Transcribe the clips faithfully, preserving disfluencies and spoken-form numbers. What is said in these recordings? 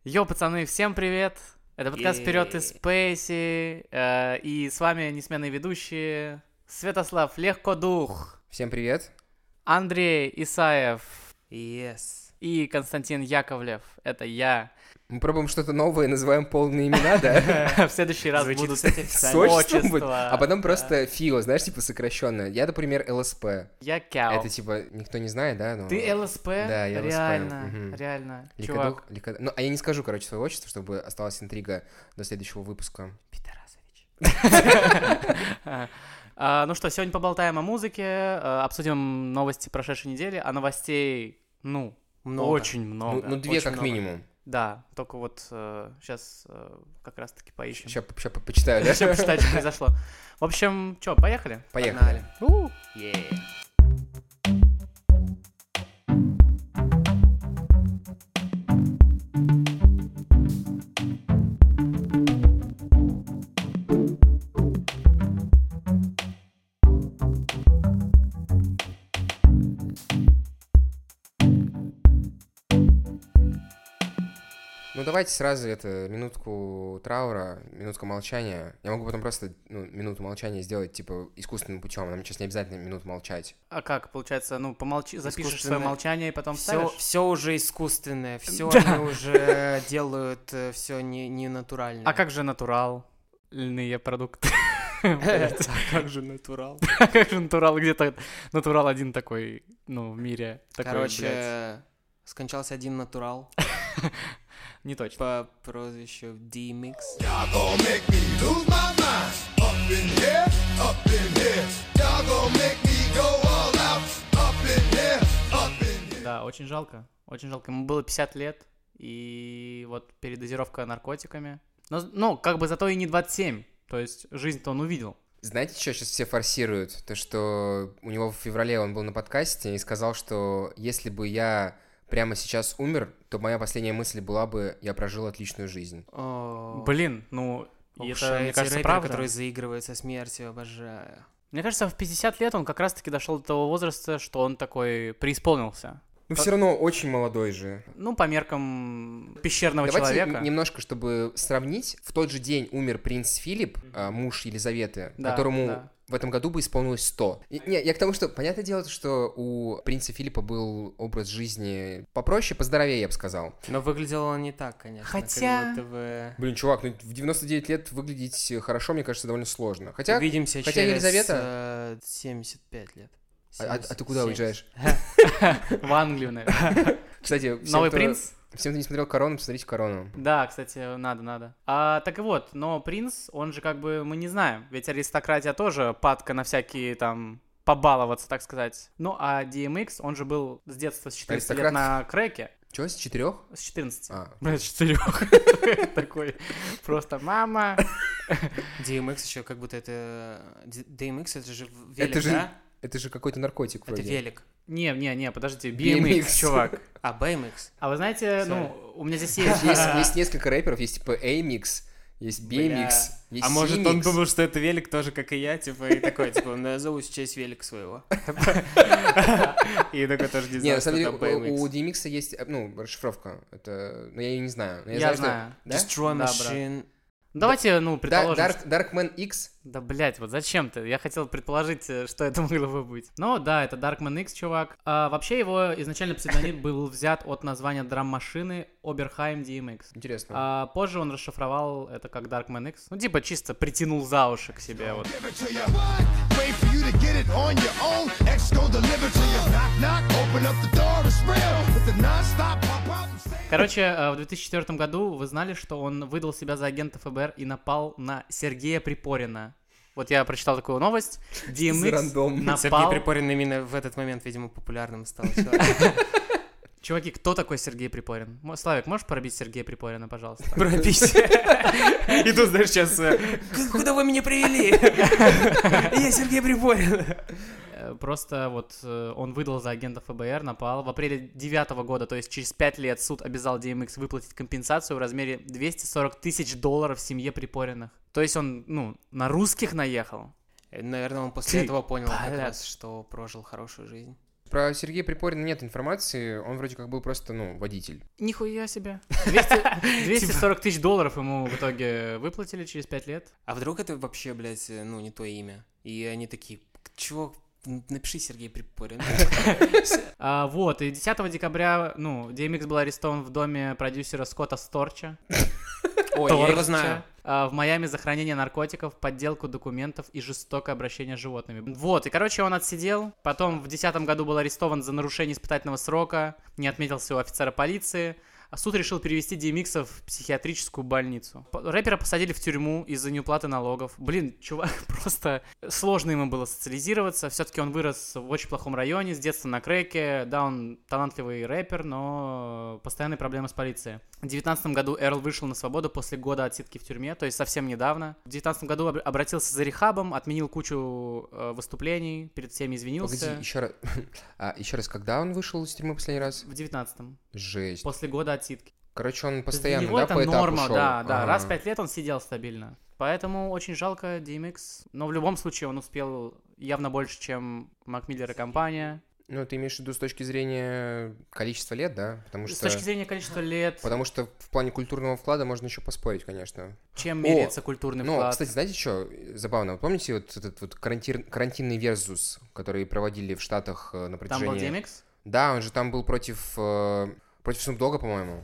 Йоу, пацаны, всем привет! Это подкаст «Вперед из Спейси», э, и с вами несменные ведущие Святослав Легкодух, Всем привет! Андрей Исаев Yes. и Константин Яковлев. Это я. Мы пробуем что-то новое, называем полные имена, да? В следующий раз Звучит, будут кстати, С отчеством будет, отчества. а потом просто ФИО, знаешь, типа сокращенно. Я, например, ЛСП. Я Кяо. Это типа никто не знает, да? но- Ты ЛСП? Да, я ЛСП. Реально, Мгм. реально. Ликодух, Чувак. Ликодух. Ну, а я не скажу, короче, свое отчество, чтобы осталась интрига до следующего выпуска. Пидорасович. А, Ну что, сегодня поболтаем о музыке, э, обсудим новости прошедшей недели, а новостей, ну, Много. очень Ну, много. ну, две очень как много. минимум. Да, только вот сейчас как раз-таки поищем. Сейчас почитаю, да? Сейчас почитать, что произошло. В общем, что, поехали? Поехали. У. Yeah. Ну, давайте сразу это, минутку траура, минутку молчания. Я могу потом просто ну, минуту молчания сделать, типа, искусственным путем. Нам сейчас не обязательно минуту молчать. А как, получается, ну, помолчи, запишешь свое Искусственное. молчание и потом Все, вставишь? все уже искусственное, все Да. они уже делают все не, не натурально. А как же натурал? Льные продукты. А как же натурал? А как же натурал? Где-то натурал один такой, ну, в мире. Такой, блядь, Короче, скончался один натурал не точно. по прозвищу D-Mix. Y'all gon' make me lose my mind. Up in here, up in here. Y'all gon' make me go all out. Up in here, up in here. Да, очень жалко, очень жалко. Ему было пятьдесят лет, и вот передозировка наркотиками. Но, ну, как бы зато и не двадцать семь, то есть жизнь-то он увидел. Знаете, что сейчас все форсируют? То, что у него в феврале он был на подкасте и сказал, что если бы я прямо сейчас умер, то моя последняя мысль была бы, я прожил отличную жизнь. О, Блин, ну, и уж это, мне эти кажется, рэперы, правда. которые заигрывают со смертью, обожаю. Мне кажется, в пятьдесят лет он как раз-таки дошел до того возраста, что он такой преисполнился. Ну, все равно очень молодой же. Ну, по меркам пещерного Давайте человека. н- немножко, чтобы сравнить. В тот же день умер принц Филипп, а, муж Елизаветы, Да, которому да. в этом году бы исполнилось сто. И- не, я к тому, что, понятное дело, что у принца Филиппа был образ жизни попроще, поздоровее, я бы сказал. Но выглядел он не так, конечно. Хотя- Как будто бы... Блин, чувак, ну в девяносто девять лет выглядеть хорошо, мне кажется, довольно сложно. Хотя, Увидимся хотя через Елизавета- э, семьдесят пять лет. а, а- а семьдесят, ты куда семьдесят. уезжаешь? В Англию, наверное. Кстати, всем, Новый кто- принц? Всем, кто не смотрел «Корону», посмотрите «Корону». Да, кстати, надо, надо. А, так и вот, но принц, он же как бы, мы не знаем, ведь аристократия тоже падка на всякие там побаловаться, так сказать. Ну, а ди эм икс, он же был с детства, с четырнадцати лет Аристократ. на крэке. Чего, с четырех? С четырнадцати. А, Блядь, с четырех. Такой просто мама. ди эм икс еще как будто это... ди эм икс это же велик, Это же да? это же какой-то наркотик Это вроде. велик. Не, не, не, подождите, би эм икс, би эм икс. чувак. А, би эм икс. А вы знаете, Sorry. ну, у меня здесь Есть, есть... есть несколько рэперов, есть типа A-Mix, есть B-Mix, Бля. есть А может он C-Mix. думал, что это велик тоже, как и я, типа, и такой, типа, назову в честь велик своего. И такой тоже не Не, знал, на что самом деле, там би эм у, у икс. D-Mix есть, э, ну, расшифровка. Это, ну, я ее не знаю. Но Я что- знаю. Да? Destroy Да, брат. Machine. Давайте, ну, Да- предположим... Dark, Darkman X. Да, блять, вот зачем ты? Я хотел предположить, э, что это могло бы быть. Ну, да, это Darkman X, чувак. А, вообще, его изначально псевдоним был взят от названия драм-машины Oberheim ди эм икс. Интересно. А позже он расшифровал это как Darkman X. Ну, типа, чисто притянул за уши к себе, вот. Give it to you. Wait for you to get it on your own. X gon' deliver to you. Knock, knock, open up the door, it's real. With the non-stop pop out and stay. Короче, э, в две тысячи четвёртом году вы знали, что он выдал себя за агента эф бэ эр и напал на Сергея Припорина. Вот я прочитал такую новость. ди эм за икс рандом? Сергей напал... Припорин именно в этот момент, видимо, популярным стал человек. Чуваки, кто такой Сергей Припорин? Мо- Славик, можешь пробить Сергея Припорина, пожалуйста? Пробись. И тут, знаешь, сейчас... Куда вы меня привели? Я Сергей Припорин. Э, Просто вот э, он выдал за агента эф бэ эр, напал. В апреле девятого года, то есть через пять лет, суд обязал ди эм икс выплатить компенсацию в размере двести сорок тысяч долларов семье Припориных. То есть он, ну, на русских наехал. Наверное, он после Ты, этого понял как блядь. раз, что прожил хорошую жизнь. про Сергея Припорина нет информации, он вроде как был просто, ну, водитель. Нихуя себе. двести двести сорок тысяч долларов ему в итоге выплатили через пять лет. А вдруг это вообще, блядь, ну, не то имя? И они такие, чувак, напиши Сергей Припорин. А, вот, и десятого декабря, ну, ди эм икс был арестован в доме продюсера Скотта Сторча. Ой, я его Торча, знаю. а, в Майами за хранение наркотиков, подделку документов и жестокое обращение с животными. Вот, и, короче, он отсидел. Потом в десятом году был арестован за нарушение испытательного срока, не отметился у офицера полиции. А суд решил перевести ди эм икс в психиатрическую больницу. П- Рэпера посадили в тюрьму из-за неуплаты налогов. Блин, чувак, просто сложно ему было социализироваться. Все-таки он вырос в очень плохом районе, с детства на крэке. Да, он талантливый рэпер, но постоянные проблемы с полицией. В девятнадцатом году Эрл вышел на свободу после года отсидки в тюрьме, то есть совсем недавно. В девятнадцатом году об- обратился за рехабом, отменил кучу э, выступлений, перед всеми извинился. Погоди, еще раз. А, еще раз, когда он вышел из тюрьмы последний раз? В девятнадцатом, Жесть. после года отсидки. Короче, он То есть постоянно, для него да, это по этапу норма, шел? да, да. Ага. Раз в пять лет он сидел стабильно. Поэтому очень жалко ди эм икс. Но в любом случае он успел явно больше, чем Мак Миллер и компания. Ну, ты имеешь в виду с точки зрения количества лет, да? Потому что... С точки зрения количества лет, Потому что в плане культурного вклада можно еще поспорить, конечно. чем О, меряется культурный Ну, вклад. кстати, знаете, что забавно? Вы помните вот этот вот карантин- карантинный версус, который проводили в Штатах э, на Там протяжении... был ди эм икс? Да, он же там был против... э, против Snoop Dogg, по-моему.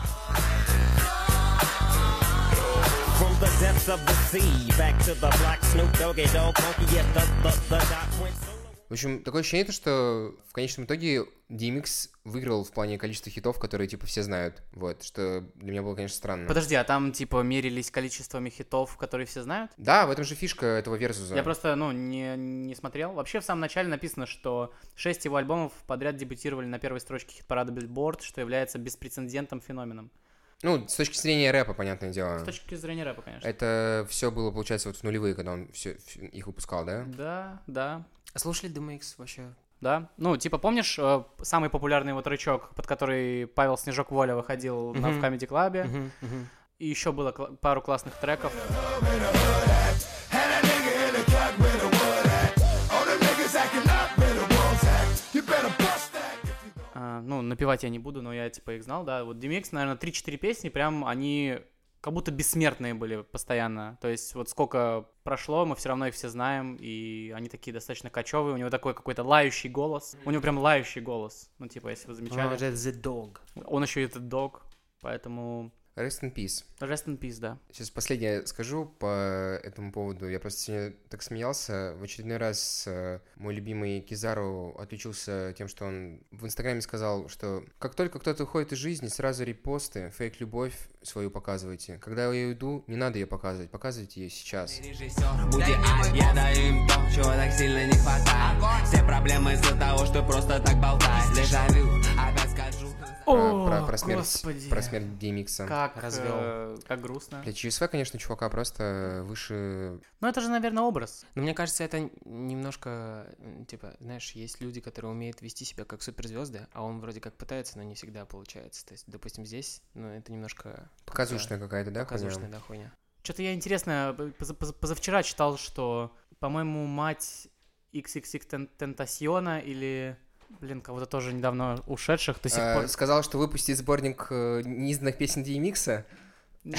From the depths of the sea, back to the black Snoop Doggy Dogg funky, yes, the, the, the dot went solo. В общем, такое ощущение, что в конечном итоге ди эм икс выиграл в плане количества хитов, которые, типа, все знают. Вот, что для меня было, конечно, странно. Подожди, а там, типа, мерились количествами хитов, которые все знают? Да, в этом же фишка этого версуса. Я просто, ну, не, не смотрел. Вообще, в самом начале написано, что шесть его альбомов подряд дебютировали на первой строчке хит-парада Billboard, что является беспрецедентным феноменом. Ну, с точки зрения рэпа, понятное дело. С точки зрения рэпа, конечно. Это все было, получается, вот в нулевые, когда он все, их выпускал, да? Да, да. А слушали ди эм икс вообще? Да, ну, типа, помнишь э, самый популярный его тречок, под который Павел Снежок Воля выходил на, в Мгм. Comedy Club? Мгм, мгм. И еще было кла- пару классных треков. Had a nigga in the cut with a wood at. All the niggas acting up in the world's at. You better bust that if you gon' А, ну, напевать я не буду, но я, типа, их знал, да. Вот ди эм икс, наверное, три-четыре песни, прям они как будто бессмертные были постоянно. То есть вот сколько прошло, мы все равно их все знаем, и они такие достаточно кочевые. У него такой какой-то лающий голос. У него прям лающий голос. Ну, типа, если вы замечали. Он же The Dog. Он еще и этот дог, поэтому... Rest in peace. Rest in peace, да. Сейчас последнее скажу по этому поводу. Я просто сегодня так смеялся. В очередной раз э, мой любимый Кизару отличился тем, что он в Инстаграме сказал, что как только кто-то уходит из жизни, сразу репосты, фейк-любовь свою показывайте. Когда я уйду, не надо ее показывать, показывайте ее сейчас. Режиссер, Вуди Аллен. Я даю им то, чего так сильно не хватает. Все проблемы из-за того, что просто так болтаешь. Дежавю, опять скажу. О, про, про смерть, господи. про смерть ди эм икса. Как, Развел. э, как грустно. Для ЧСВ, конечно, чувака просто выше... Ну, это же, наверное, образ. Но мне кажется, это немножко, м, типа, знаешь, есть люди, которые умеют вести себя как суперзвезды, а он вроде как пытается, но не всегда получается. То есть, допустим, здесь, ну, это немножко... Показушная какая-то, да? Показушная, хуйня? да, хуйня. Что-то я интересно, поза- поза- позавчера читал, что, по-моему, мать икс икс икс Тен- Тентасьона или, блин, кого-то тоже недавно ушедших до сих А, пор... сказал, что выпустит сборник э, неизданных песен ди эм икса. Она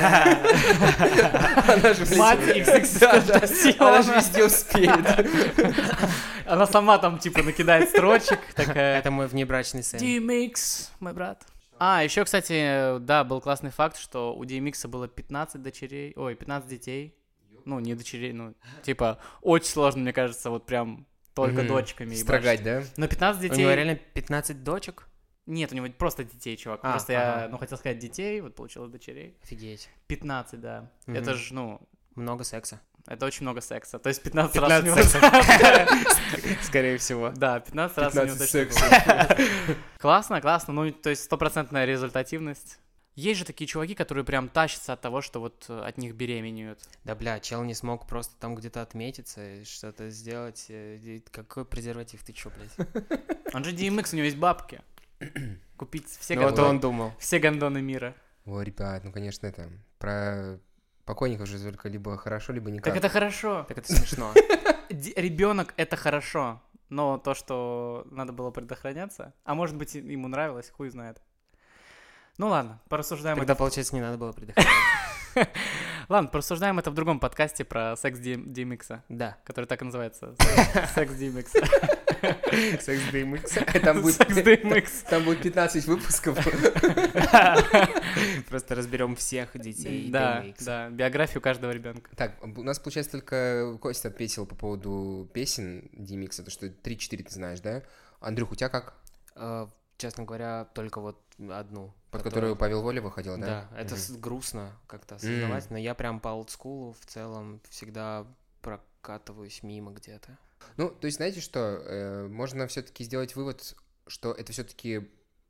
же, блин, Мать икс икс икс да, да. Она же Тентасьона. везде успеет. Она сама там, типа, накидает строчек, такая... Это мой внебрачный сын. ди эм икс, мой брат. А, еще, кстати, да, был классный факт, что у ди эм икс было пятнадцать дочерей, ой, пятнадцать детей. Ну, не дочерей, ну, типа, очень сложно, мне кажется, вот прям только Мгм. дочками ебашить. Строгать, да? Но пятнадцать У детей... него реально пятнадцать дочек? Нет, у него просто детей, чувак. А, просто я, ага. ну, хотел сказать детей, вот получилось дочерей. Офигеть. пятнадцать, да. Мгм. Это же, ну, Много секса. это очень много секса. То есть пятнадцать, раз у него... Скорее всего. Да, пятнадцать раз у него пятнадцать точно было. Классно, классно. Ну, то есть стопроцентная результативность. Есть же такие чуваки, которые прям тащатся от того, что вот э, от них беременеют. Да, бля, чел не смог просто там где-то отметиться, и что-то сделать. э, и Какой презерватив, ты чё, блядь? Он же ди эм икс, у него есть бабки. Купить все, Ну, вот гондоны, он думал. все гондоны мира. О, ребят, ну, конечно, это... Про покойников же только либо хорошо, либо никак. Так это хорошо. Так это смешно. Ребенок это хорошо. но то, что надо было предохраняться, а может быть, и- ему нравилось, хуй знает. Ну ладно, порассуждаем Тогда, это. получается, не надо было предохранять. Ладно, порассуждаем это в другом подкасте про секс ди эм икс, Да. который так и называется. Секс ди эм икс. Секс ди эм икс. Там будет, Секс ди эм икс. там будет пятнадцать выпусков. Просто разберем всех детей Да, ди эм икс. да, биографию каждого ребенка. Так, у нас, получается, только Костя ответил по поводу песен ди эм икс, то, что три-четыре ты знаешь, да? Андрюх, у тебя как? Э, Честно говоря, только вот одну. Под которую- которую Павел Воля выходил, да? Да, это Мгм. с- грустно как-то осознавать, но я прям по олдскулу в целом всегда прокатываюсь мимо где-то. Ну, то есть, знаете что, э, можно все-таки сделать вывод, что это все-таки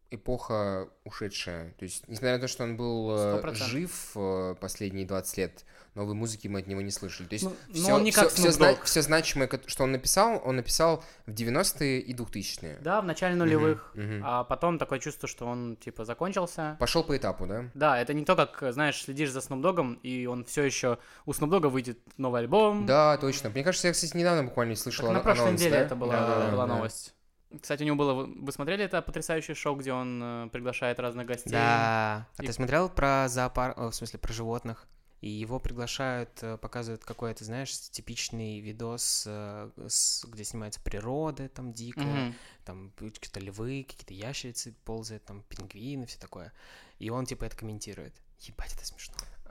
эпоха ушедшая. То есть, несмотря на то, что он был э, Сто процентов. жив э, последние двадцать лет, новой музыки мы от него не слышали. То есть, Ну, но все, он не как Snoop Dogg. значимое, ко- что он написал, он написал в девяностые и двухтысячные. Да, в начале нулевых, мгм. а потом такое чувство, что он, типа, закончился. Пошел по этапу, да? Да, это не то, как, знаешь, следишь за Snoop Dogg'ом, и он все еще... У Snoop Dogg'a выйдет новый альбом. Да, точно. Мне кажется, я, кстати, недавно буквально слышал Так на ан- прошлой анонс, неделе да? это была, Да-да-да, была да. новость. Кстати, у него было... Вы вы смотрели это потрясающее шоу, где он э, приглашает разных гостей? Да. А И- ты смотрел про зоопарк, в смысле, про животных? И его приглашают, э, показывают какой-то, знаешь, типичный видос, э, с- где снимается природа, там дикая, Мгм. там какие-то львы, какие-то ящерицы ползают, там пингвины, все такое. И он типа это комментирует. Ебать, это смешно.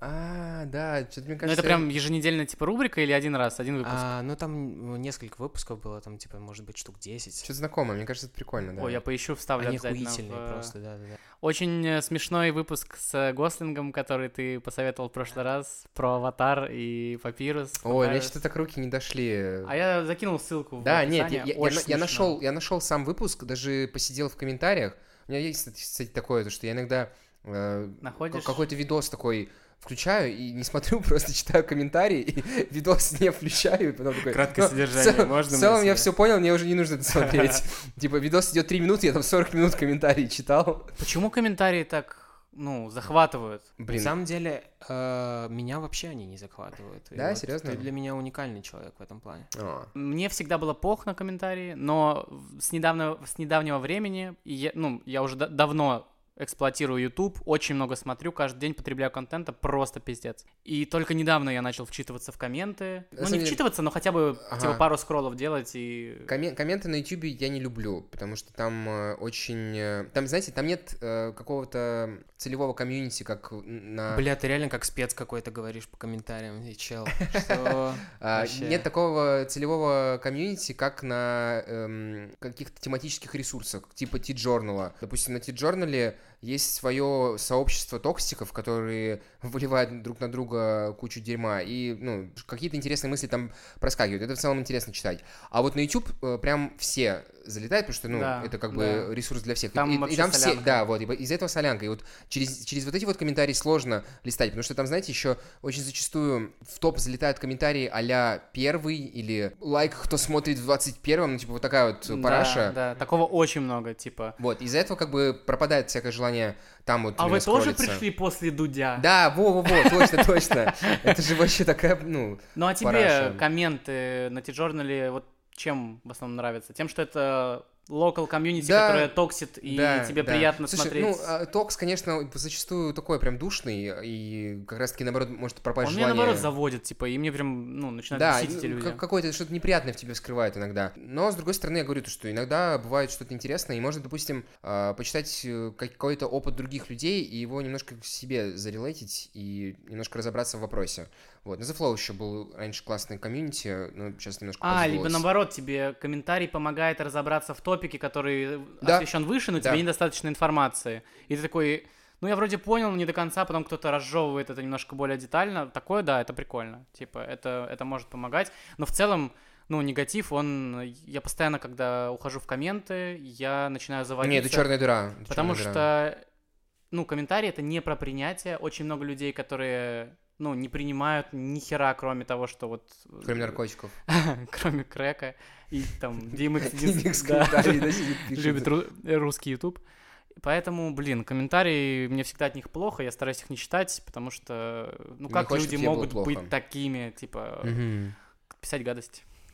А, да, что-то мне Ну, кажется... это прям еженедельная, типа, рубрика или один раз, один выпуск? А, ну там ну, несколько выпусков было, там типа, может быть, штук десять. Что-то знакомое, мне кажется, это прикольно, да. Ой, я поищу, вставлю Они обязательно. охуительные в- просто, да-да-да. Очень э, смешной выпуск с э, Гослингом, который ты посоветовал в прошлый раз, про Аватар и Папирус. Ой, мне Понравилось. что-то так руки не дошли. А я закинул ссылку в Да, нет, описание. я, я- я Очень на- я смешно. нашел, я нашел сам выпуск, даже посидел в комментариях. У меня есть, кстати, кстати, такое, то, что я иногда э, Находишь? ка- какой-то видос такой включаю и не смотрю, просто читаю комментарии, и видос не включаю, и потом такой... Краткое «Ну, в содержание, цел- можно В мне целом я сюда?» все понял, мне уже не нужно это смотреть. Типа, видос идет три минуты, я там сорок минут комментарии читал. Почему комментарии так, ну, захватывают? Блин, На самом деле, э, меня вообще они не захватывают. И Да, вот серьезно? Ты для меня уникальный человек в этом плане. а, Мне всегда было пох на комментарии, но в- с недавнего, с недавнего времени, и я, ну, я уже да- давно эксплуатирую YouTube, очень много смотрю, каждый день потребляю контента, просто пиздец. И только недавно я начал вчитываться в комменты. На Ну, самом не деле- вчитываться, но хотя бы, Ага. типа, пару скроллов делать и... Коммен- комменты на YouTube я не люблю, потому что там э, очень... э, Там, знаете, там нет э, какого-то целевого комьюнити, как на... Бля, ты реально как спец какой-то говоришь по комментариям, и чел. Что? А, Вообще. Нет такого целевого комьюнити, как на эм, каких-то тематических ресурсах, типа T-Journal. Допустим, на T-Journal есть свое сообщество токсиков, которые выливают друг на друга кучу дерьма, и ну, какие-то интересные мысли там проскакивают. Это в целом интересно читать. А вот на YouTube э, прям все залетают, потому что ну, Да, это как да. бы ресурс для всех. Там и, и- и вообще там все, солянка. да, вот, и из-за этого солянка. И вот через, через вот эти вот комментарии сложно листать, потому что там, знаете, еще очень зачастую в топ залетают комментарии а-ля первый или лайк, кто смотрит в двадцать первом, ну, типа вот такая вот Да, параша. да, такого очень много, типа. Вот, из-за этого как бы пропадает всякое желание там вот А именно вы тоже скроллиться. пришли после Дудя? Да, во-во-во, точно, точно. Это же вообще такая, ну... Ну а тебе параша. комменты на T-Journal вот чем в основном нравятся? Тем, что это local комьюнити, Да, которое токсит, и да, тебе да. приятно Слушай, смотреть. ну, а, токс, конечно, зачастую такой прям душный, и как раз-таки, наоборот, может пропасть Он меня, желание... наоборот, заводит, типа, и мне прям, ну, начинают Да, бесить эти ну, люди. как- какое-то что-то неприятное в тебе вскрывает иногда. Но, с другой стороны, я говорю, то, что иногда бывает что-то интересное, и можно, допустим, а, почитать э, какой-то опыт других людей, и его немножко к себе зарелейтить, и немножко разобраться в вопросе. Вот. На The Flow еще был раньше классный комьюнити, но сейчас немножко А, подсдулось. либо наоборот, тебе комментарий помогает разобраться в топике, который Да. освещен выше, но Да. тебе недостаточно информации. И ты такой, ну я вроде понял, но не до конца, потом кто-то разжевывает это немножко более детально. Такое, да, это прикольно. Типа, это, это может помогать. Но в целом, ну, негатив, он... Я постоянно, когда ухожу в комменты, я начинаю заводиться. Нет, это черная дыра. это Потому чёрная дыра. что, ну, комментарии — это не про принятие. Очень много людей, которые, ну, не принимают ни хера, кроме того, что вот... Кроме наркотиков. Кроме крека и там ди эм икс ди эм икс единственный, да, комментарии, да, сидит, пишет. любит ру- русский YouTube. Поэтому, блин, комментарии, мне всегда от них плохо, я стараюсь их не читать, потому что, ну, Не как хочешь, люди чтобы тебе было могут плохо. быть такими, типа, Мгм. писать гадости.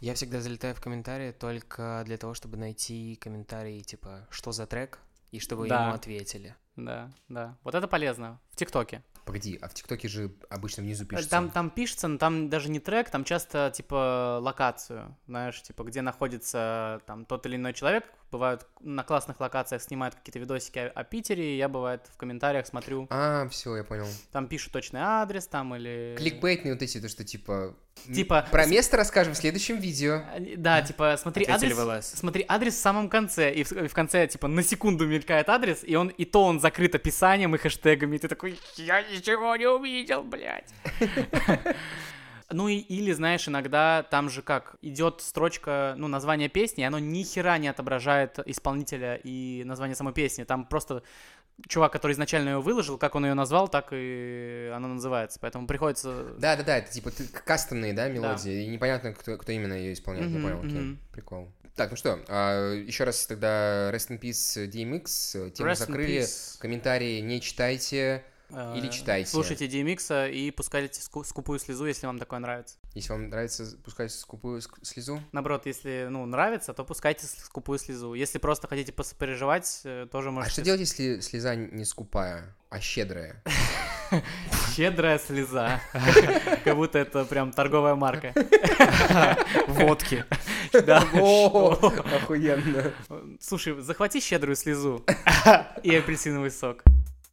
Я всегда залетаю в комментарии только для того, чтобы найти комментарии, типа, что за трек, и чтобы Да. ему ответили. Да, да. Вот это полезно. В ТикТоке. Погоди, а в ТикТоке же обычно внизу пишется. Там, там пишется, но там даже не трек, там часто, типа, локацию, знаешь, типа, где находится там тот или иной человек. Бывают на классных локациях снимают какие-то видосики о, о Питере, и я, бывает, в комментариях смотрю, А, все, я понял. там пишут точный адрес, там, или... Кликбейтные вот эти, то, что типа... м, Типа- Про место расскажем в следующем видео. Да, типа, смотри Ответили адрес, в ЛС. смотри адрес в самом конце, и в, и в конце, типа, на секунду мелькает адрес, и он, и то он закрыт описанием и хэштегами, и ты такой, я ничего не увидел, блядь. Ну и, или, знаешь, иногда там же как, идет строчка, ну, название песни, и оно ни хера не отображает исполнителя и название самой песни, там просто чувак, который изначально ее выложил, как он ее назвал, так и она называется, поэтому приходится... Да-да-да, это типа ты- кастомные, да, мелодии, и непонятно, кто, кто именно ее исполняет, я Мгм, понял, окей, мгм. прикол. Так, ну что, а, еще раз тогда Rest in Peace ди эм икс, тему Rest in закрыли, peace. комментарии не читайте, Э, или читайте. Слушайте ди эм икс и пускайте ску- скупую слезу, если вам такое нравится. если вам нравится пускать скупую ск- слезу. Наоборот, если, ну, нравится, то пускайте с- скупую слезу. Если просто хотите посопереживать, э, тоже А можете... что делать, если слеза не скупая, а щедрая? Щедрая слеза. Как будто это прям торговая марка. Водки. Да. О, охуенно. Слушай, захвати щедрую слезу и апельсиновый сок.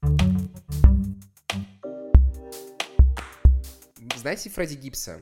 Знаете Фредди Гибса?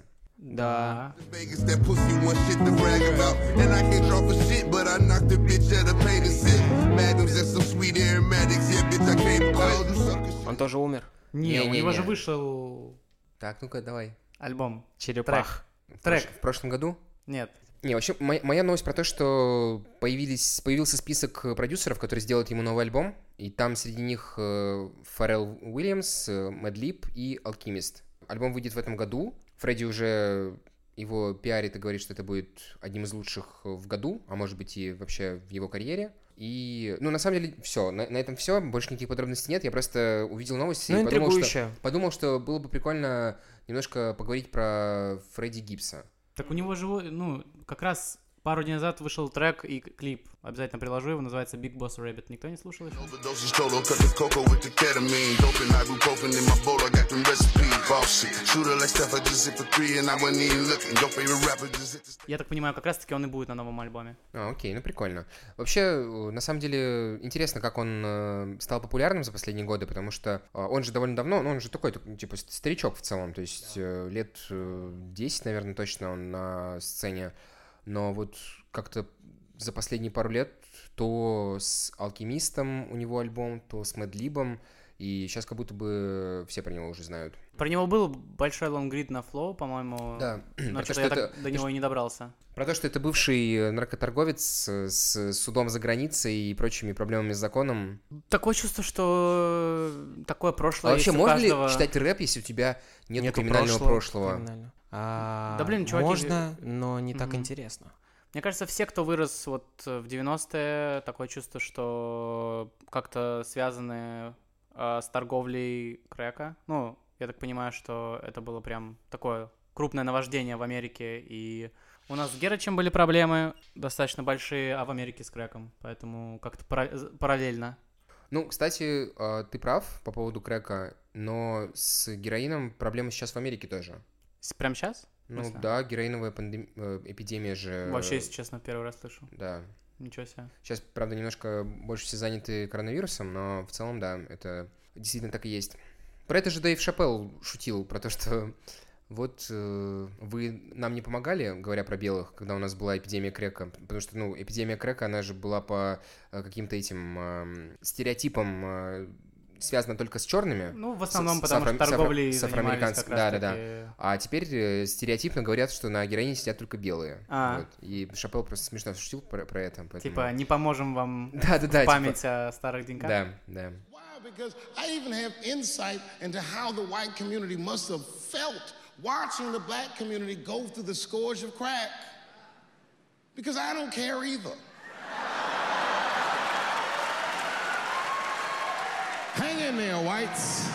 Да. Vegas, that pussy one shit to brag about. And I can't drop a shit, but I knocked the bitch at a pain and sit. Magnums and some sweet aromatics, yeah, bitch, I can't call you suckers. Он тоже умер. Не, у Не-не-не. него же вышел Так, ну-ка, давай. альбом. Черепах. В Трек. прош- В прошлом году? Нет. Не, вообще, моя, моя новость про то, что появились, появился список продюсеров, которые сделают ему новый альбом, и там среди них э, Фаррелл Уильямс, э, Мэд Либ и Алкимист. Альбом выйдет в этом году. Фредди уже его пиарит и говорит, что это будет одним из лучших в году, а может быть и вообще в его карьере. И, ну, на самом деле, все. На, на этом все. Больше никаких подробностей нет. Я просто увидел новости Ну, и подумал что, интригующе. подумал, что было бы прикольно немножко поговорить про Фредди Гибса. Так у него же, ну, как раз пару дней назад вышел трек и клип. Обязательно приложу его, называется Big Boss Rabbit. Никто не слушал еще? Overdoses, Tolo, cut the cocoa with the ketamine. Dope and ibuprofen in my bowl, I got them recipes. Boss shit. Shooter like Steph, I just hit for three, and I wasn't even looking. Your favorite rapper just hit the... Я так понимаю, как раз-таки он и будет на новом альбоме. А, окей, ну прикольно. Вообще, э, на самом деле, интересно, как он э, стал популярным за последние годы, потому что э, он же довольно давно, ну, он же такой, так, типа, старичок в целом, то есть э, лет э, десять, наверное, точно он на сцене, но вот как-то за последние пару лет то с Алкимистом у него альбом, то с Мэд Либом, и сейчас как будто бы все про него уже знают. Про него был большой лонгрид на Flow, по-моему. Да, Но про то, что-то что я это- так до него и не добрался. Про то, что это бывший наркоторговец с судом за границей и прочими проблемами с законом. Такое чувство, что такое А прошлое вообще, есть у можно каждого. ли читать рэп, если у тебя нет Нету криминального прошлого? Криминального. А, Да, блин, чуваки, можно, но не так Мгм. интересно. Мне кажется, все, кто вырос вот в девяностые, такое чувство, что как-то связаны э, с торговлей крэка. Ну, я так понимаю, что это было прям такое крупное наваждение в Америке, и у нас с Герычем были проблемы достаточно большие, а в Америке с крэком, поэтому как-то пара- параллельно. Ну, кстати, э, ты прав по поводу крэка, но с героином проблемы сейчас в Америке тоже. С- Прям сейчас? Ну смысле? да, героиновая пандем- э, эпидемия же... Вообще, если честно, первый раз слышу. Да. Ничего себе. Сейчас, правда, немножко больше все заняты коронавирусом, но в целом, да, это действительно так и есть. Про это же Дэйв Шапелл шутил, про то, что вот э, вы нам не помогали, говоря про белых, когда у нас была эпидемия крэка, потому что, ну, эпидемия крэка, она же была по э, каким-то этим э, стереотипам э, связана только с черными. Ну, в основном, С- потому с что афро- торговлей с афро- с занимались как афроамериканским- да, да, да. раз-таки. А теперь э, стереотипно говорят, что на героине сидят только белые. А. Вот. И Шапелл просто смешно шутил про, про это. Поэтому... Типа, не поможем вам Да-да-да, в память типа, о старых деньках. да, да. Why? Because I even have insight into how the white community must have felt watching the black community go through the scourge of crack. Because I don't care either. Hang in there, whites.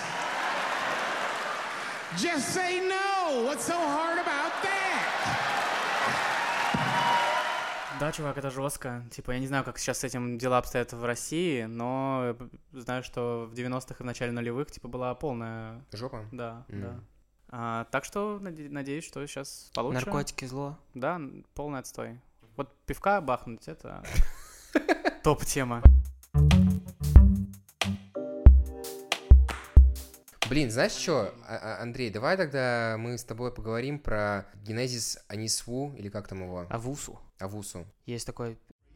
Just say no. What's so hard about that? Да, чувак, это жестко. Типа, я не знаю, как сейчас с этим дела обстоят в России, но знаю, что в девяностых и в начале нулевых, типа, была полная... Жопа? Да, М. да. А, так что наде- надеюсь, что сейчас получше. Наркотики зло. Да, н- полный отстой. Вот пивка бахнуть — это топ-тема. Блин, знаешь что, Андрей, давай тогда мы с тобой поговорим про генезис Анисву, или как там его? Авусу. Авусу. Есть такой...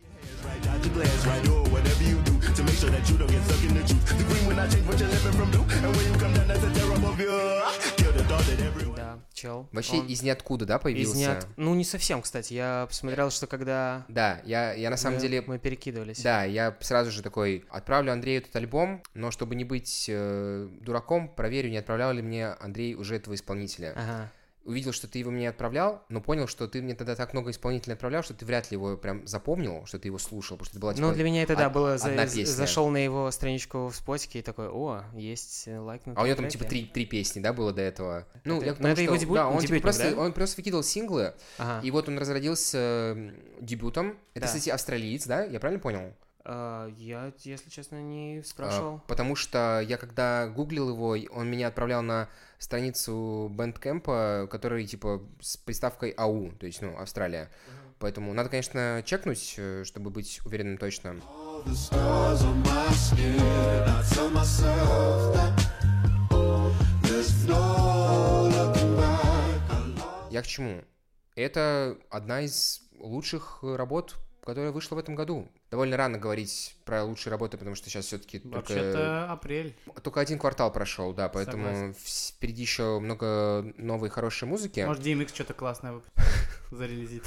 Да, чел. Вообще Он из ниоткуда, да, появился? из ниот- Ну, не совсем, кстати. Я посмотрел, что когда... Да, я, я на самом мы- деле... Мы перекидывались. Да, я сразу же такой, отправлю Андрею этот альбом, но чтобы не быть э, дураком, проверю, не отправлял ли мне Андрей уже этого исполнителя. Ага. Увидел, что ты его мне отправлял, но понял, что ты мне тогда так много исполнителей отправлял, что ты вряд ли его прям запомнил, что ты его слушал, потому что это была типа, Ну, для меня это, да, од- было... за- одна з- песня. Зашел на его страничку в спотике и такой, о, есть э, лайкнутые А у него там треки». типа три, три песни, да, было до этого? Ну, Это- я но к тому, это его что- дебют- да, он, типа, дебютник, просто, да? он просто выкидывал синглы, Ага. и вот он разродился м, дебютом. Это, Да. кстати, австралиец, да? Я правильно понял? А, я, если честно, не А, спрашивал. потому что я когда гуглил его, и он меня отправлял на страницу Bandcamp, который типа с приставкой АУ, то есть, ну, Австралия. Поэтому надо, конечно, чекнуть, э, чтобы быть уверенным точно. The stars on my skin, I tell myself that there's no looking back. Я к чему? Это одна из лучших работ, которая вышла в этом году. Довольно рано говорить про лучшие работы, потому что сейчас все-таки только... Вообще-то апрель. Только один квартал прошел, да, поэтому Согласен. вс- впереди еще много новой хорошей музыки. Может, ди эм икс что-то классное выпустит, зарелизит.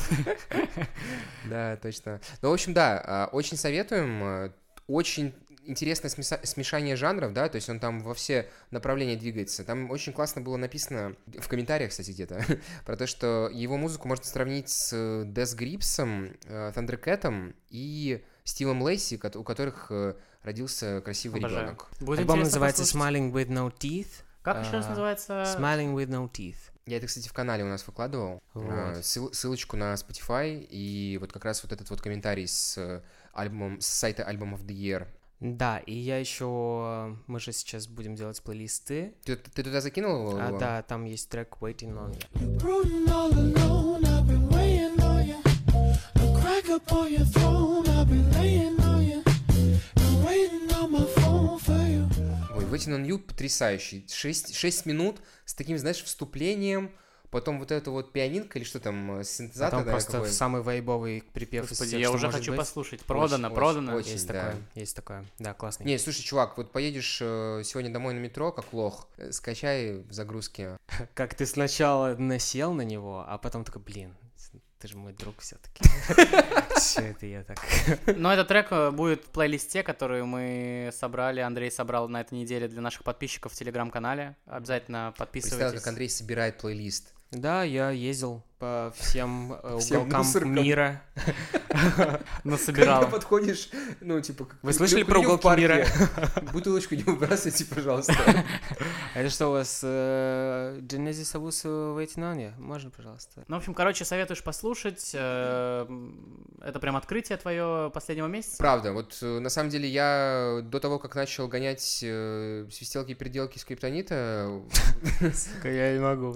Да, точно. Ну, в общем, да, а, очень советуем. а, Очень интересное смеса- смешание жанров, да, то есть он там во все направления двигается. Там очень классно было написано, в комментариях, кстати, где-то, про то, что его музыку можно сравнить с Death Grips'ом, э, Thundercat'ом и Стивом Лейси, ко- у которых э, родился красивый Обожаю. ребенок. Будет Альбом интересно называется послушать. Smiling with no teeth. Как еще раз А, называется? Smiling with no teeth. Я это, кстати, в канале у нас выкладывал. Вот. э, ссыл- ссылочку на Spotify и вот как раз вот этот вот комментарий с э, альбомом, с сайта Album of the Year. Да, и я еще... Мы же сейчас будем делать плейлисты. Ты, ты туда закинул его? А, да, там есть трек Waiting on You. Brooding all alone, I've been waiting on you. No crack up on your throne, I've been laying on you. Been waiting on my phone for you. Ой, Waiting on You потрясающий. Шесть, шесть минут с таким, знаешь, вступлением, потом вот это вот пианинка или что там, синтезатор, Потом да, просто какой? самый вайбовый припев из Господи, всех, я что уже может хочу быть. послушать. Продано, Очень, продано. очень. Есть да. такое, есть такое. Да, классный. Не, слушай, чувак, вот поедешь э, сегодня домой на метро, как лох, э, скачай в загрузке. Как ты сначала насел на него, а потом такой, блин, ты же мой друг все-таки. Все это я так. Но этот трек э, будет в плейлисте, который мы собрали, Андрей собрал на этой неделе для наших подписчиков в Телеграм-канале. Обязательно Представил, подписывайтесь. как Андрей собирает плейлист. Да, я ездил по всем э, Всем уголкам мусоркам. мира. Насобирал. Когда подходишь, ну, типа... как Вы к слышали людям про в уголки парке, мира? Бутылочку не выбрасывайте, пожалуйста. Это что у вас? э, Genesis Avusу Waiting on You? Можно, пожалуйста? Ну, в общем, короче, советуешь послушать. э, Это прям открытие твое последнего месяца. Правда, вот э, на самом деле я до того, как начал гонять э, свистелки и переделки скриптонита, Я не могу.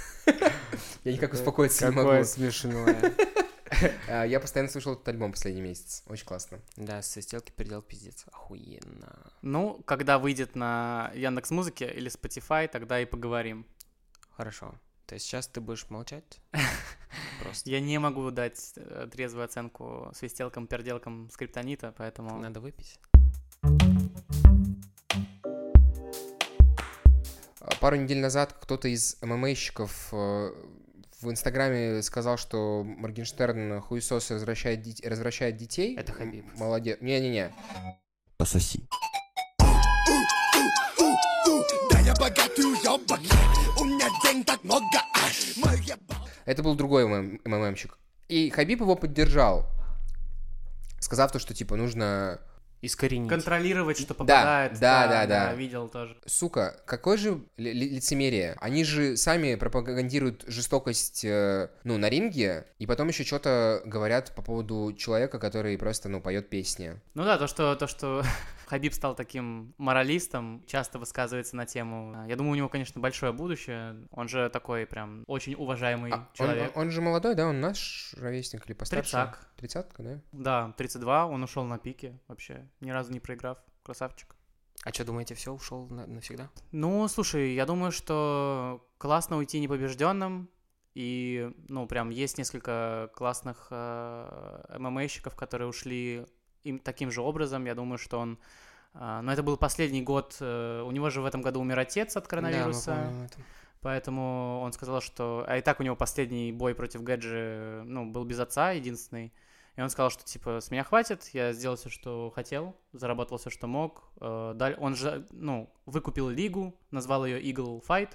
я никак успокоиться не Какое могу. смешное. А, Я постоянно слушал этот альбом последний месяц. Очень классно. Да, свистелки передел пиздец. Охуенно. Ну, когда выйдет на Яндекс.Музыке или Spotify, тогда и поговорим. Хорошо. То есть сейчас ты будешь молчать? Просто. Я не могу дать э, трезвую оценку свистелкам, переделкам скриптонита, поэтому... Надо выпить. А, Пару недель назад кто-то из ММАщиков э, в Инстаграме сказал, что Моргенштерн хуесос развращает, дит- развращает детей. Это Хабиб. М, Молодец. Не-не-не. Пососи. Да я богатый уёбок, у меня денег так много, аж мой ебал. Это был другой МММщик. И Хабиб его поддержал, сказав то, что, типа, нужно Искоренить. контролировать, что Да, попадает. да, да, да. Видел тоже. Сука, какое же ли- ли- лицемерие. Они же сами пропагандируют жестокость, э, ну, на ринге, и потом еще что-то говорят по поводу человека, который просто, ну, поет песни. Ну да, то, что, то, что Хабиб стал таким моралистом, часто высказывается на тему. Я думаю, у него, конечно, большое будущее. Он же такой прям очень уважаемый А, он, человек. он же молодой, да? Он наш ровесник или постарше? Тридцак. Тридцатка, да? Да, тридцать два, он ушел на пике вообще, ни разу не проиграв. Красавчик. А что, думаете, все, ушел навсегда? Ну, слушай, я думаю, что классно уйти непобежденным. И, ну, прям есть несколько классных э, эм эм а-щиков, которые ушли им таким же образом. Я думаю, что он... э, но это был последний год. э, у него же в этом году умер отец от коронавируса. Да, мы помним это. Поэтому он сказал, что... А и так у него последний бой против Гэджи, ну, был без отца, единственный. И он сказал, что, типа, с меня хватит, я сделал все, что хотел, заработал все, что мог. Э, даль- Он же, ну, выкупил лигу, назвал ее Eagle Fight.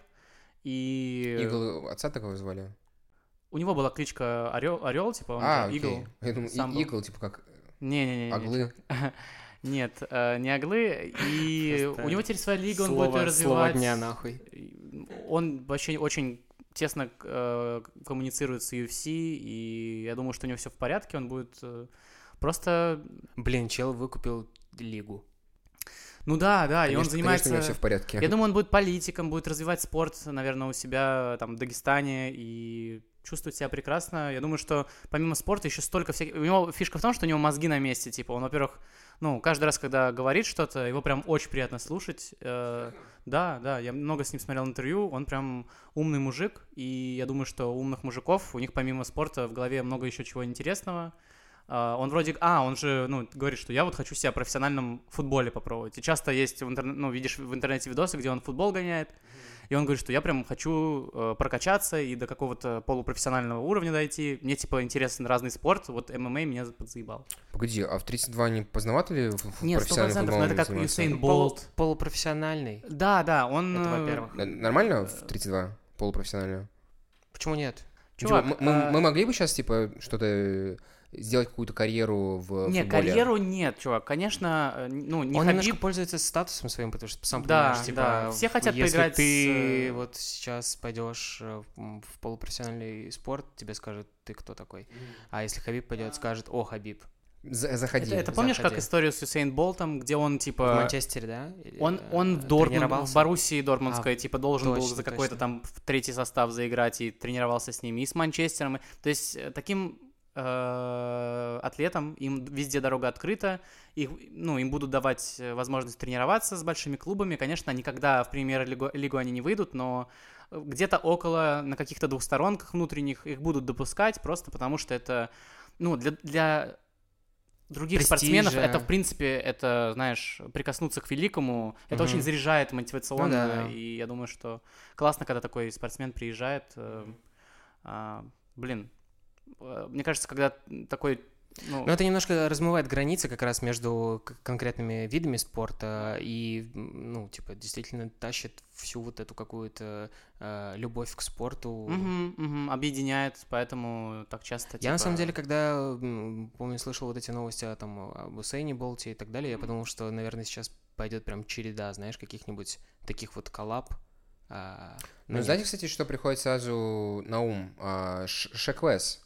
И Игл отца такого звали? у него была кличка Орел, Орел типа, он А, же окей. Eagle. Я думаю, сам и- был. игл, типа как Не-не-не. оглы. Нет, э, не оглы. И Просто у него теперь своя лига, он Слово- будет ее слово развивать. дня, нахуй. Он вообще очень тесно э, коммуницирует с ю эф си, и я думаю, что у него все в порядке, он будет э, просто... Блин, чел выкупил лигу. Ну да, да, и он Конечно, занимается... Конечно, у него все в порядке. Я думаю, он будет политиком, будет развивать спорт, наверное, у себя там в Дагестане и чувствует себя прекрасно. Я думаю, что помимо спорта еще столько всяких... У него фишка в том, что у него мозги на месте, типа, он, во-первых, ну, каждый раз, когда говорит что-то, его прям очень приятно слушать. Э, да, да, я много с ним смотрел интервью, он прям умный мужик, и я думаю, что у умных мужиков, у них помимо спорта в голове много еще чего интересного. Uh, он вроде... А, он же, ну, говорит, что я вот хочу себя в профессиональном футболе попробовать. И часто есть, в интерне... ну, видишь в интернете видосы, где он футбол гоняет, и он говорит, что я прям хочу э, прокачаться и до какого-то полупрофессионального уровня дойти. Мне, типа, интересен разный спорт, вот эм эм а меня подзаебал. Погоди, а в тридцать два не поздновато ли в, в Нет, сто профессиональном процентов, но это футболе как заниматься? Юсейн Полу- Болт. полупрофессиональный. Да, да, он... Это, э, во-первых. Н- Нормально в тридцать два полупрофессионально? Почему нет? Чувак, Типа, мы, а- мы могли бы сейчас, типа, что-то сделать какую-то карьеру в Не, футболе? карьеру нет, чувак. Конечно, э, ну, не Он Хабиб... немножко пользуется статусом своим, потому что сам Да, понимаешь, типа, да, все хотят если поиграть ты с- вот сейчас пойдешь э, в в полупрофессиональный спорт, тебе скажут, ты кто такой. А если Хабиб пойдет, скажет, о, Хабиб. За- заходи. Это, это помнишь, как Заходи. историю с Юсейн Болтом, где он, В типа... Манчестере, да? Или, Он, э, он в Дортмунд, в тренировался? Боруссии Дортмундской, А, типа, должен был точно, за какой-то точно. там в третий состав заиграть и тренировался с ними, и с Манчестером. и- То есть э, таким э, атлетам им везде дорога открыта, их, ну, им будут давать э, возможность тренироваться с большими клубами. Конечно, никогда в премьер-лигу лигу они не выйдут, но где-то около, на каких-то двухсторонках внутренних их будут допускать, просто потому что это, ну, для... для других Престижа. спортсменов это, в принципе, это, знаешь, прикоснуться к великому, это Мгм. очень заряжает мотивационно, Ну да, да. и я думаю, что классно, когда такой спортсмен приезжает. э, а, блин, э, мне кажется, когда такой, ну, Но это немножко размывает границы как раз между к- конкретными видами спорта и, м, ну, типа, действительно тащит всю вот эту какую-то э, любовь к спорту. мгм, мгм, объединяет, поэтому так часто, Я на типа, самом деле, когда, м, помню, слышал вот эти новости о, там, об Усейне Болте и так далее, я подумал, что, наверное, сейчас пойдет прям череда, знаешь, каких-нибудь таких вот коллаб. а, но Ну, нет. знаете, кстати, что приходит сразу на ум? А, Ш- Шек Вес.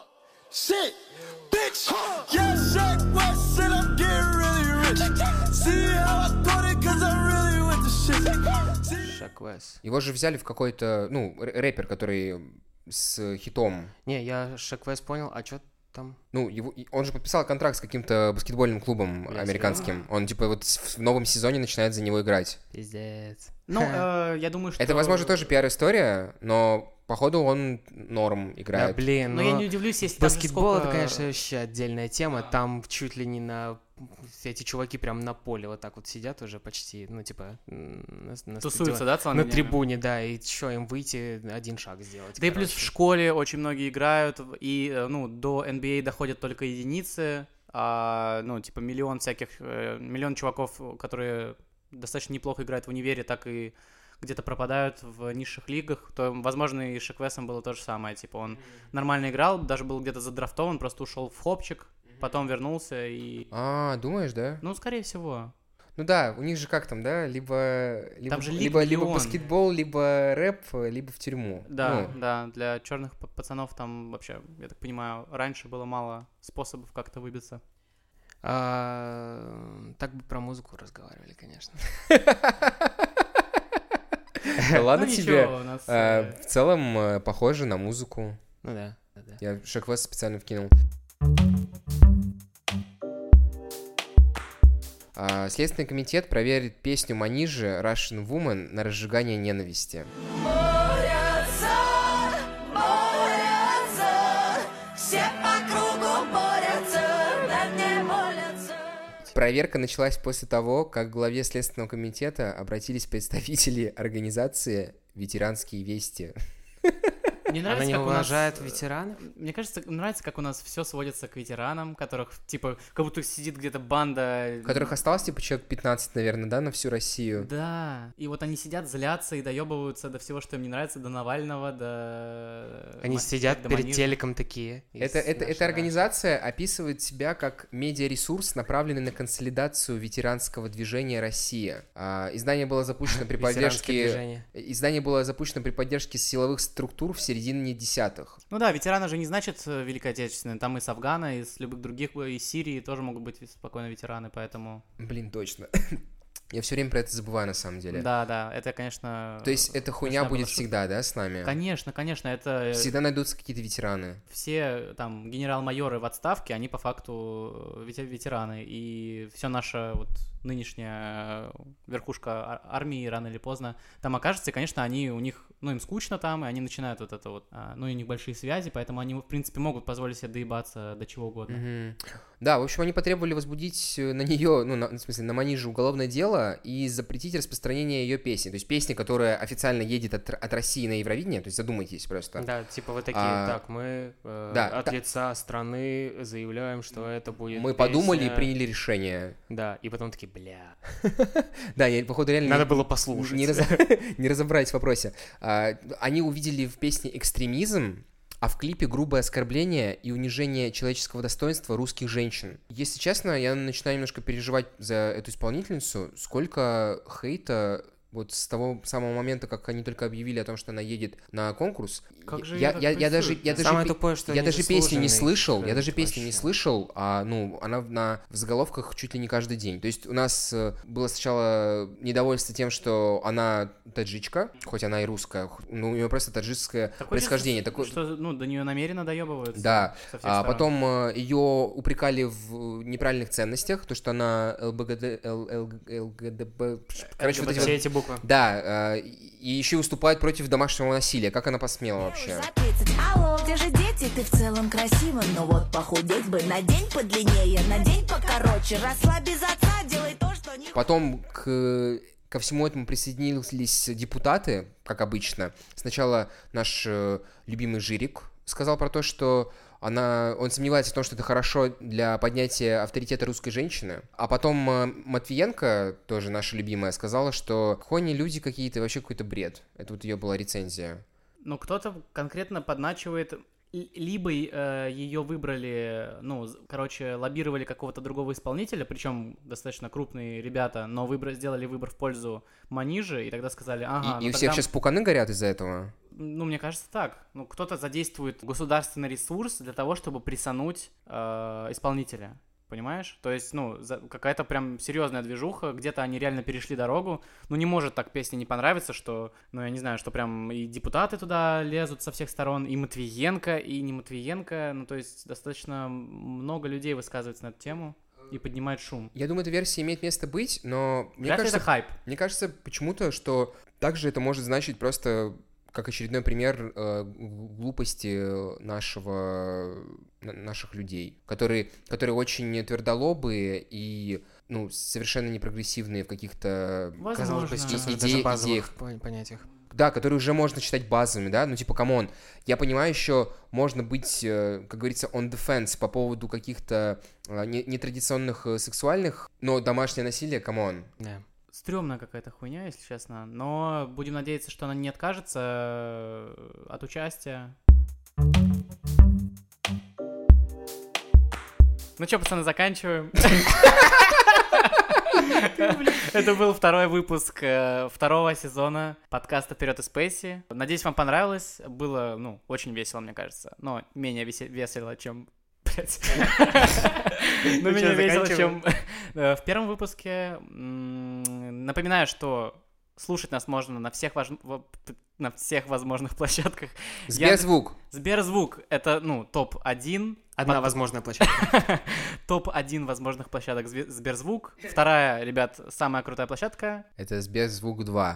Shit, bitch. Yeah, Shaq West said I'm getting really rich. See how I got it, cause I'm really with the shit. Шак Вес. Его же взяли в какой-то, ну, р- рэпер, который с хитом. Не, я Шак Вес понял, а что там? Ну, его, и он же подписал контракт с каким-то баскетбольным клубом Бля, американским. Он, типа, вот с- в новом сезоне начинает за него играть. Пиздец. ну, э, я думаю, что... Это, возможно, тоже пиар-история, но, походу, он норм Да, играет. блин, Но но я не удивлюсь, если там же баскетбол сколько- это, конечно, вообще отдельная тема. Там чуть ли не на эти чуваки прям на поле вот так вот сидят уже почти, ну, типа, м, на, на Тусуются, стадионе. да, целыми На днями? трибуне, да, и что, им выйти, один шаг сделать. Да и плюс в короче. школе очень многие играют, в- и, э, ну, до эн би эй доходят только единицы, а, ну, типа, миллион всяких, э, миллион чуваков, которые достаточно неплохо играют в универе, так и где-то пропадают в низших лигах, то, возможно, и с Шек Весом было то же самое, типа, он нормально играл, даже был где-то задрафтован, просто ушел в хопчик, потом вернулся и... А, думаешь, да? Ну, скорее всего. Ну да, у них же как там, да? Либо, либо, Там же лиг либо, либо миллион. баскетбол, либо рэп, либо в тюрьму. Да, Ну, да, для черных пацанов там вообще, я так понимаю, раньше было мало способов как-то выбиться. А, так бы про музыку разговаривали, конечно. да ладно Ну, тебе. ничего, у нас, А, э, В целом, э, похоже на музыку. Ну да, да, да. Я Шек Вест специально вкинул. А, Следственный комитет проверит песню Манижи «Russian Woman» на разжигание ненависти. Борются, борются, все по кругу борются, да не молятся. Проверка началась после того, как к главе Следственного комитета обратились представители организации «Ветеранские вести». Мне Она нравится, не как у нас, уважает э, ветеранов? Мне кажется, нравится, как у нас все сводится к ветеранам, которых, типа, как будто сидит где-то банда... У которых осталось, типа, человек пятнадцать, наверное, да, на всю Россию. Да, и вот они сидят, злятся и доебываются до всего, что им не нравится, до Навального, до... Они ма- сидят до перед манижа. телеком такие. Это, из это, нашей эта организация описывает себя как медиаресурс, направленный на консолидацию ветеранского движения «Россия». А, издание было запущено при Ветеранское поддержке... движение. Издание было запущено при поддержке силовых структур в середине десятых. Ну да, ветераны же не значит э, Великой Отечественной, там и с Афгана, и с любых других, э, из Сирии тоже могут быть спокойно ветераны, поэтому... Блин, точно. Я все время про это забываю, на самом деле. Да, да, это, конечно... То есть эта хуйня смешная была будет шутка. всегда, да, с нами? Конечно, конечно, это... э, Всегда найдутся какие-то ветераны. Все там генерал-майоры в отставке, они по факту э, вете- ветераны, и все наша вот нынешняя э, верхушка ар- армии рано или поздно там окажется, и, конечно, они, у них, ну, им скучно там, и они начинают вот это вот, а, ну, и у них большие связи, поэтому они, в принципе, могут позволить себе доебаться до чего угодно. Мгм. Да, в общем, они потребовали возбудить э, на нее, ну, на- в смысле, на Манижу уголовное дело и запретить распространение ее песни. То есть песни, которая официально едет от, от России на Евровидение, то есть задумайтесь просто. Да, типа вы такие, А, так, мы э, да, от та- лица страны заявляем, что это будет Мы подумали и песня. приняли решение. Да, и потом такие, бля, Да, я, походу, реально... надо не- было послушать. Не, разо- не разобрать в вопросе. А, Они увидели в песне экстремизм, а в клипе грубое оскорбление и унижение человеческого достоинства русских женщин. Если честно, я начинаю немножко переживать за эту исполнительницу, сколько хейта вот с того самого момента, как они только объявили о том, что она едет на конкурс. Как же я, её так я, я даже, я прессуют-то? даже, Самое пе- тупое, что я даже песню не незаслуженный слышал, я хейт даже песню не вообще. слышал, а ну она на в заголовках чуть ли не каждый день. То есть у нас э, было сначала недовольство тем, что она таджичка, хоть она и русская, х- ну у нее просто таджикское Такое происхождение. чувство, Такое... что, ну, до нее намеренно доебываются. Да, со всех а сторон. потом ее упрекали в неправильных ценностях, то, что она ЛБГД, Л- Л- ЛГДБ, короче, вот эти вот- Все эти буквы. да, э, и еще выступает против домашнего насилия. Как она посмела вообще? За тридцать, алло, где же дети? Ты в целом красива, но вот похудеть бы на день подлиннее, на день покороче. Росла без отца, делай то, что не... Потом к, ко всему этому присоединились депутаты, как обычно. Сначала наш э, любимый Жирик сказал про то, что она, он сомневается в том, что это хорошо для поднятия авторитета русской женщины. А потом э, Матвиенко, тоже наша любимая, сказала, что хони люди какие-то, вообще какой-то бред. Это вот ее была рецензия. Ну, кто-то конкретно подначивает, л- либо э, ее выбрали, ну, з- короче, лоббировали какого-то другого исполнителя, причем достаточно крупные ребята, но выбор, сделали выбор в пользу Манижи, и тогда сказали, ага, и ну и у всех тогда- сейчас пуканы горят из-за этого. Ну, мне кажется, так. Ну, кто-то задействует государственный ресурс для того, чтобы прессануть э, исполнителя. Понимаешь? То есть, ну, за- какая-то прям серьезная движуха, где-то они реально перешли дорогу. Ну, не может так песне не понравиться, что, ну, я не знаю, что прям и депутаты туда лезут со всех сторон, и Матвиенко, и не Матвиенко. Ну, то есть, достаточно много людей высказывается на эту тему и поднимает шум. Я думаю, эта версия имеет место быть, но мне Вряд ли кажется, это хайп. мне кажется почему-то, что также это может значить просто как очередной пример э, глупости нашего, на- наших людей, которые, которые очень твердолобые и ну, совершенно непрогрессивные в каких-то... Казалось бы, Возможно. сейчас уже Идеи- даже базовых идеях. пон- понятиях. Да, которые уже можно считать базовыми, да, ну типа, камон, я понимаю еще, можно быть, э, как говорится, on the fence по поводу каких-то э, не- нетрадиционных э, сексуальных, но домашнее насилие, камон. Да. Стрёмная какая-то хуйня, если честно. Но будем надеяться, что она не откажется э, от участия. Ну что, пацаны, заканчиваем. Это был второй выпуск э, второго сезона подкаста «Вперед из Спейси». Надеюсь, вам понравилось. Было, ну, очень весело, мне кажется. Но менее весе- весело, чем... Блять. Ну, менее весело, чем в первом выпуске. Напоминаю, что слушать нас можно на всех вож... на всех возможных площадках. Сберзвук. Сберзвук — это, ну, топ один. Одна Под- возможная площадка. топ один возможных площадок Зве- Сберзвук. Вторая, ребят, самая крутая площадка. Это Сберзвук два.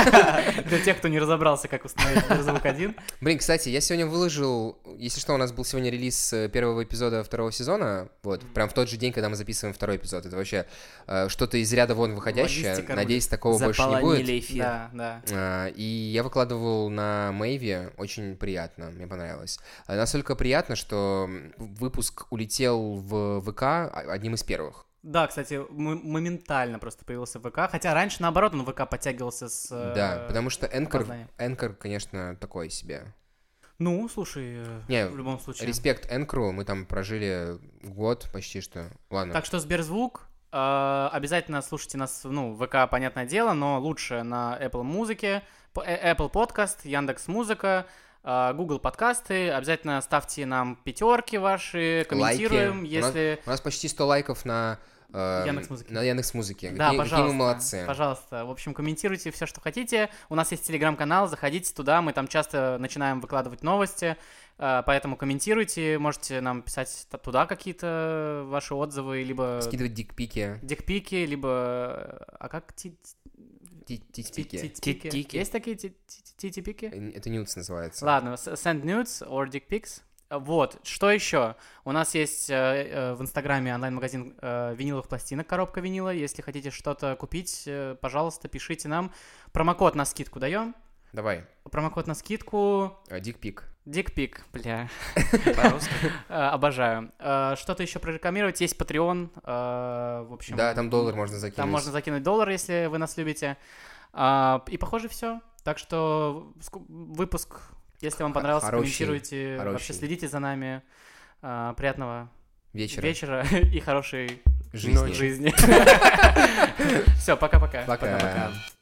Для тех, кто не разобрался, как установить Сберзвук один. Блин, кстати, я сегодня выложил, если что, у нас был сегодня релиз э, первого эпизода второго сезона, вот, прям в тот же день, когда мы записываем второй эпизод. Это вообще э, что-то из ряда вон выходящее. Логистика Надеюсь, такого больше не Заполонили будет. эфир. Да, да. А, И я выкладывал на Мэйве, очень приятно, мне понравилось. А, Настолько приятно, что выпуск улетел в ВК одним из первых. Да, кстати, м- моментально просто появился в ВК. Хотя раньше, наоборот, он в ВК подтягивался с... э, Да, потому что Anchor, опозданием. Anchor, конечно, такой себе. Ну, слушай, э, Не, в любом случае. Респект Anchor, мы там прожили год почти что. Ладно. Так что Сберзвук, э, обязательно слушайте нас, ну, в ВК, понятное дело, но лучше на Apple Музыке, по- э, Apple Podcast, Яндекс.Музыка, э, Google подкасты. Обязательно ставьте нам пятерки ваши, комментируем, Лайки. если... У нас, у нас почти сто лайков на... э, Яндекс.Музыке. На Яндекс.Музыке. Да, какие, пожалуйста. какие мы молодцы. Пожалуйста. В общем, комментируйте все, что хотите. У нас есть телеграм-канал, заходите туда. Мы там часто начинаем выкладывать новости. э, Поэтому комментируйте. Можете нам писать т- туда какие-то ваши отзывы, либо Скидывать дикпики. дикпики, либо... А как ти- Ти- Титпики. Титпики? Титики. Есть такие ти- ти- титипики? Э, Это нюдс называется. Ладно, с- send nudes or dick pics. Вот, что еще? У нас есть э, э, в Инстаграме онлайн-магазин э, виниловых пластинок, коробка винила. Если хотите что-то купить, э, пожалуйста, пишите нам. Промокод на скидку даем. Давай. Промокод на скидку. Э, Дикпик. Дикпик, бля. По-русски. Э, Обожаю. Э, Что-то еще прорекламировать? Есть Patreon. э, В общем, Да, там доллар можно закинуть. там можно закинуть доллар, если вы нас любите. А, И, похоже, все. Так что ску- выпуск, если вам Х- понравился, хороший, комментируйте. хороший. Вообще следите за нами. А, Приятного Вечера. вечера и хорошей Жизни. жизни. Все, пока-пока. Пока. Пока-пока.